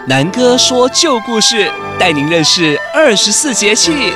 南哥说旧故事，带您认识24节气。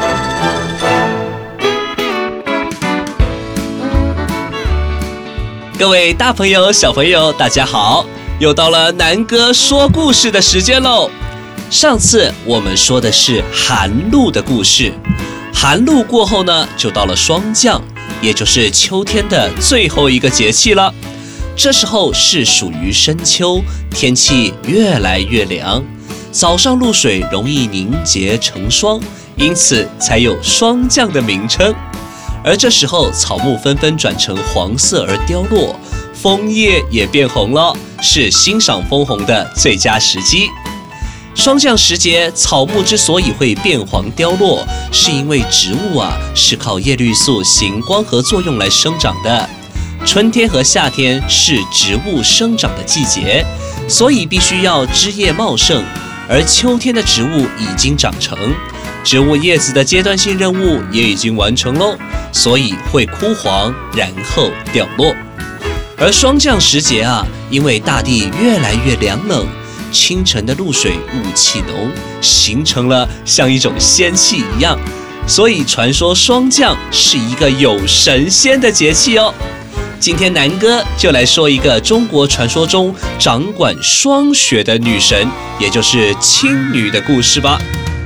各位大朋友、小朋友，大家好！又到了南哥说故事的时间喽。上次我们说的是寒露的故事，寒露过后呢，就到了霜降，也就是秋天的最后一个节气了。这时候是属于深秋，天气越来越凉，早上露水容易凝结成霜，因此才有霜降的名称。而这时候草木纷纷转成黄色而凋落，枫叶也变红了，是欣赏枫红的最佳时机。霜降时节，草木之所以会变黄凋落，是因为植物是靠叶绿素行光合作用来生长的。春天和夏天是植物生长的季节，所以必须要枝叶茂盛，而秋天的植物已经长成，植物叶子的阶段性任务也已经完成喽，所以会枯黄，然后掉落。而霜降时节因为大地越来越凉冷，清晨的露水雾气浓，形成了像一种仙气一样，所以传说霜降是一个有神仙的节气哦。今天南哥就来说一个中国传说中掌管霜雪的女神，也就是青女的故事吧。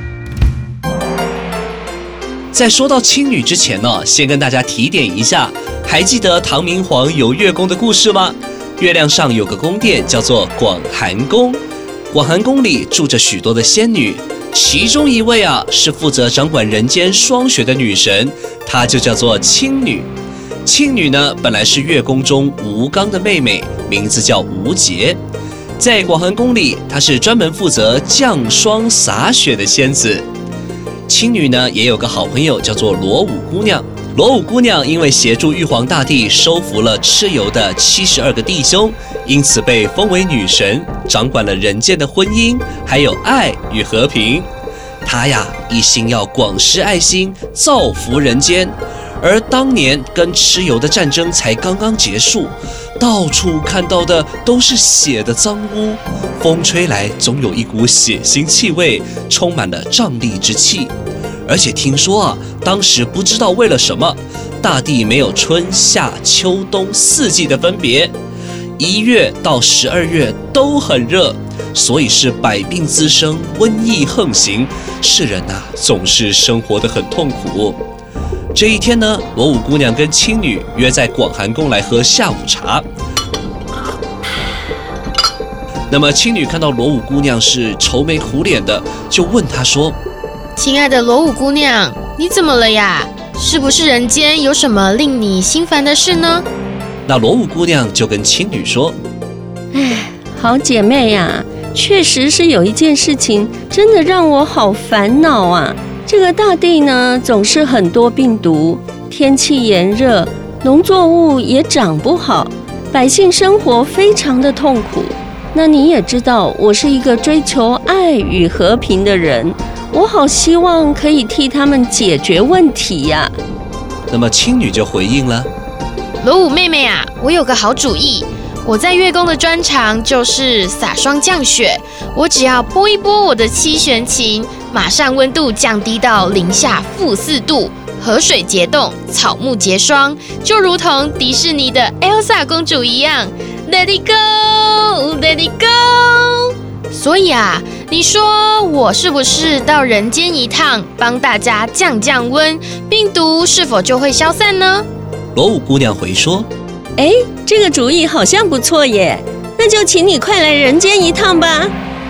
在说到青女之前呢，先跟大家提点一下，还记得唐明皇游月宫的故事吗？月亮上有个宫殿叫做广寒宫，广寒宫里住着许多的仙女，其中一位是负责掌管人间霜雪的女神，她就叫做青女。青女呢，本来是月宫中吴刚的妹妹，名字叫吴洁。在广寒宫里，她是专门负责降霜洒雪的仙子。青女呢，也有个好朋友叫做罗武姑娘。罗武姑娘因为协助玉皇大帝收服了蚩尤的72个弟兄，因此被封为女神，掌管了人间的婚姻，还有爱与和平。她一心要广施爱心，造福人间。而当年跟蚩尤的战争才刚刚结束，到处看到的都是血的脏污，风吹来总有一股血腥气味，充满了瘴疠之气。而且听说当时不知道为了什么，大地没有春夏秋冬4季的分别，1月到12月都很热，所以是百病滋生，瘟疫横行，世人总是生活得很痛苦。这一天呢，罗武姑娘跟青女约在广寒宫来喝下午茶。那么青女看到罗武姑娘是愁眉苦脸的，就问她说： 亲爱的罗武姑娘，你怎么了呀？是不是人间有什么令你心烦的事呢？ 那罗武姑娘就跟青女说： 好姐妹呀，确实是有一件事情真的让我好烦恼啊。这个大地呢，总是很多病毒，天气炎热，农作物也长不好，百姓生活非常的痛苦。那你也知道，我是一个追求爱与和平的人，我好希望可以替他们解决问题呀。 那么青女就回应了： 罗武妹妹我有个好主意。我在月宫的专长就是洒霜降雪，我只要拨一拨我的七弦琴，马上温度降低到零下-4度，河水结冻，草木结霜，就如同迪士尼的 Elsa 公主一样 ，Let it go, Let it go。所以你说我是不是到人间一趟，帮大家降降温，病毒是否就会消散呢？ 罗武姑娘回说： 这个主意好像不错耶，那就请你快来人间一趟吧。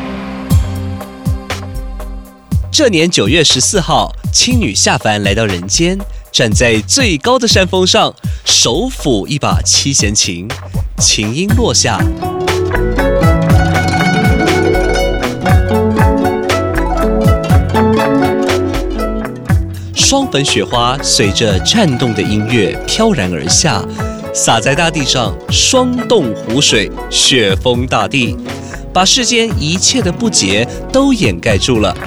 这年9月14号，青女下凡来到人间，站在最高的山峰上，手抚一把七弦琴，琴音落下，霜粉雪花随着颤动的音乐飘然而下，洒在大地上，霜冻湖水，雪封大地，把世间一切的不洁都掩盖住了。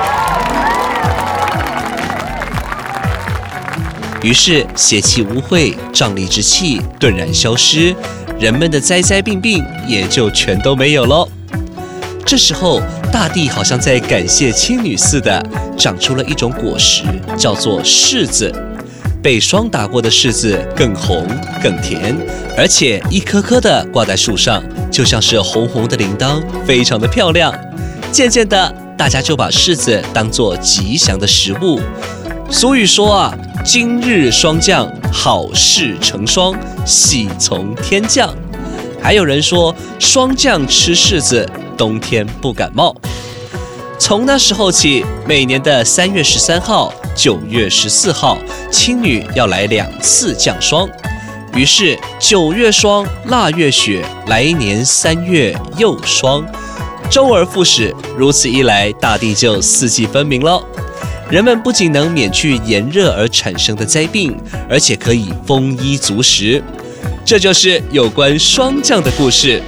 于是邪气污秽、瘴疠之气顿然消失，人们的灾灾病病也就全都没有咯。 这时候，大地好像在感谢青女似的，长出了一种果实，叫做柿子。被霜打过的柿子更红更甜，而且一颗颗的挂在树上，就像是红红的铃铛，非常的漂亮。渐渐的，大家就把柿子当作吉祥的食物。俗语说啊，今日霜降，好事成双，喜从天降。还有人说，霜降吃柿子，冬天不感冒。从那时候起，每年的3月13号、9月14号，青女要来2次降霜。于是9月霜，腊月雪，来年3月又霜，周而复始。如此一来，大地就四季分明了。人们不仅能免去炎热而产生的灾病，而且可以丰衣足食。这就是有关霜降的故事。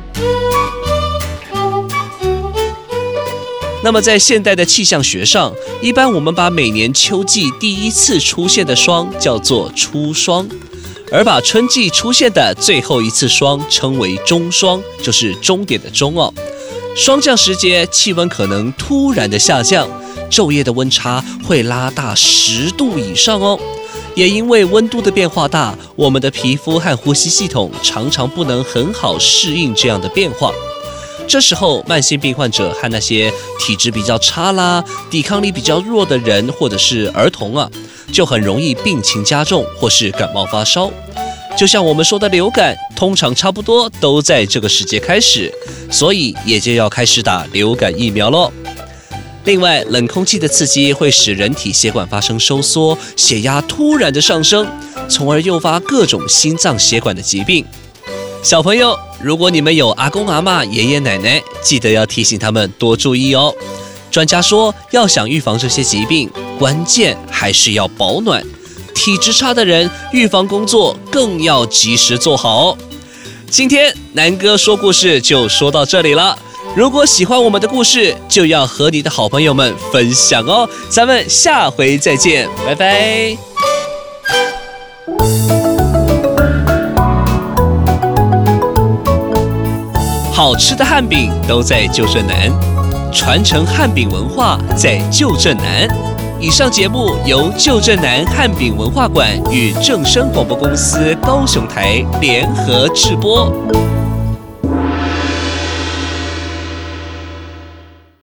那么在现代的气象学上，一般我们把每年秋季第一次出现的霜叫做初霜，而把春季出现的最后一次霜称为终霜，就是终点的终哦。霜降时节，气温可能突然的下降，昼夜的温差会拉大10度以上哦。也因为温度的变化大，我们的皮肤和呼吸系统常常不能很好适应这样的变化。这时候，慢性病患者和那些体质比较差啦、抵抗力比较弱的人，或者是儿童啊，就很容易病情加重，或是感冒发烧。就像我们说的流感，通常差不多都在这个时节开始，所以也就要开始打流感疫苗咯。另外，冷空气的刺激会使人体血管发生收缩，血压突然的上升，从而诱发各种心脏血管的疾病。小朋友，如果你们有阿公阿嬷、爷爷奶奶，记得要提醒他们多注意哦。专家说，要想预防这些疾病，关键还是要保暖。体质差的人，预防工作更要及时做好哦。今天南哥说故事就说到这里了。如果喜欢我们的故事，就要和你的好朋友们分享哦。咱们下回再见，拜拜。好吃的汉饼都在旧镇南，传承汉饼文化在旧镇南。以上节目由旧镇南汉饼文化馆与正声广播公司高雄台联合制播。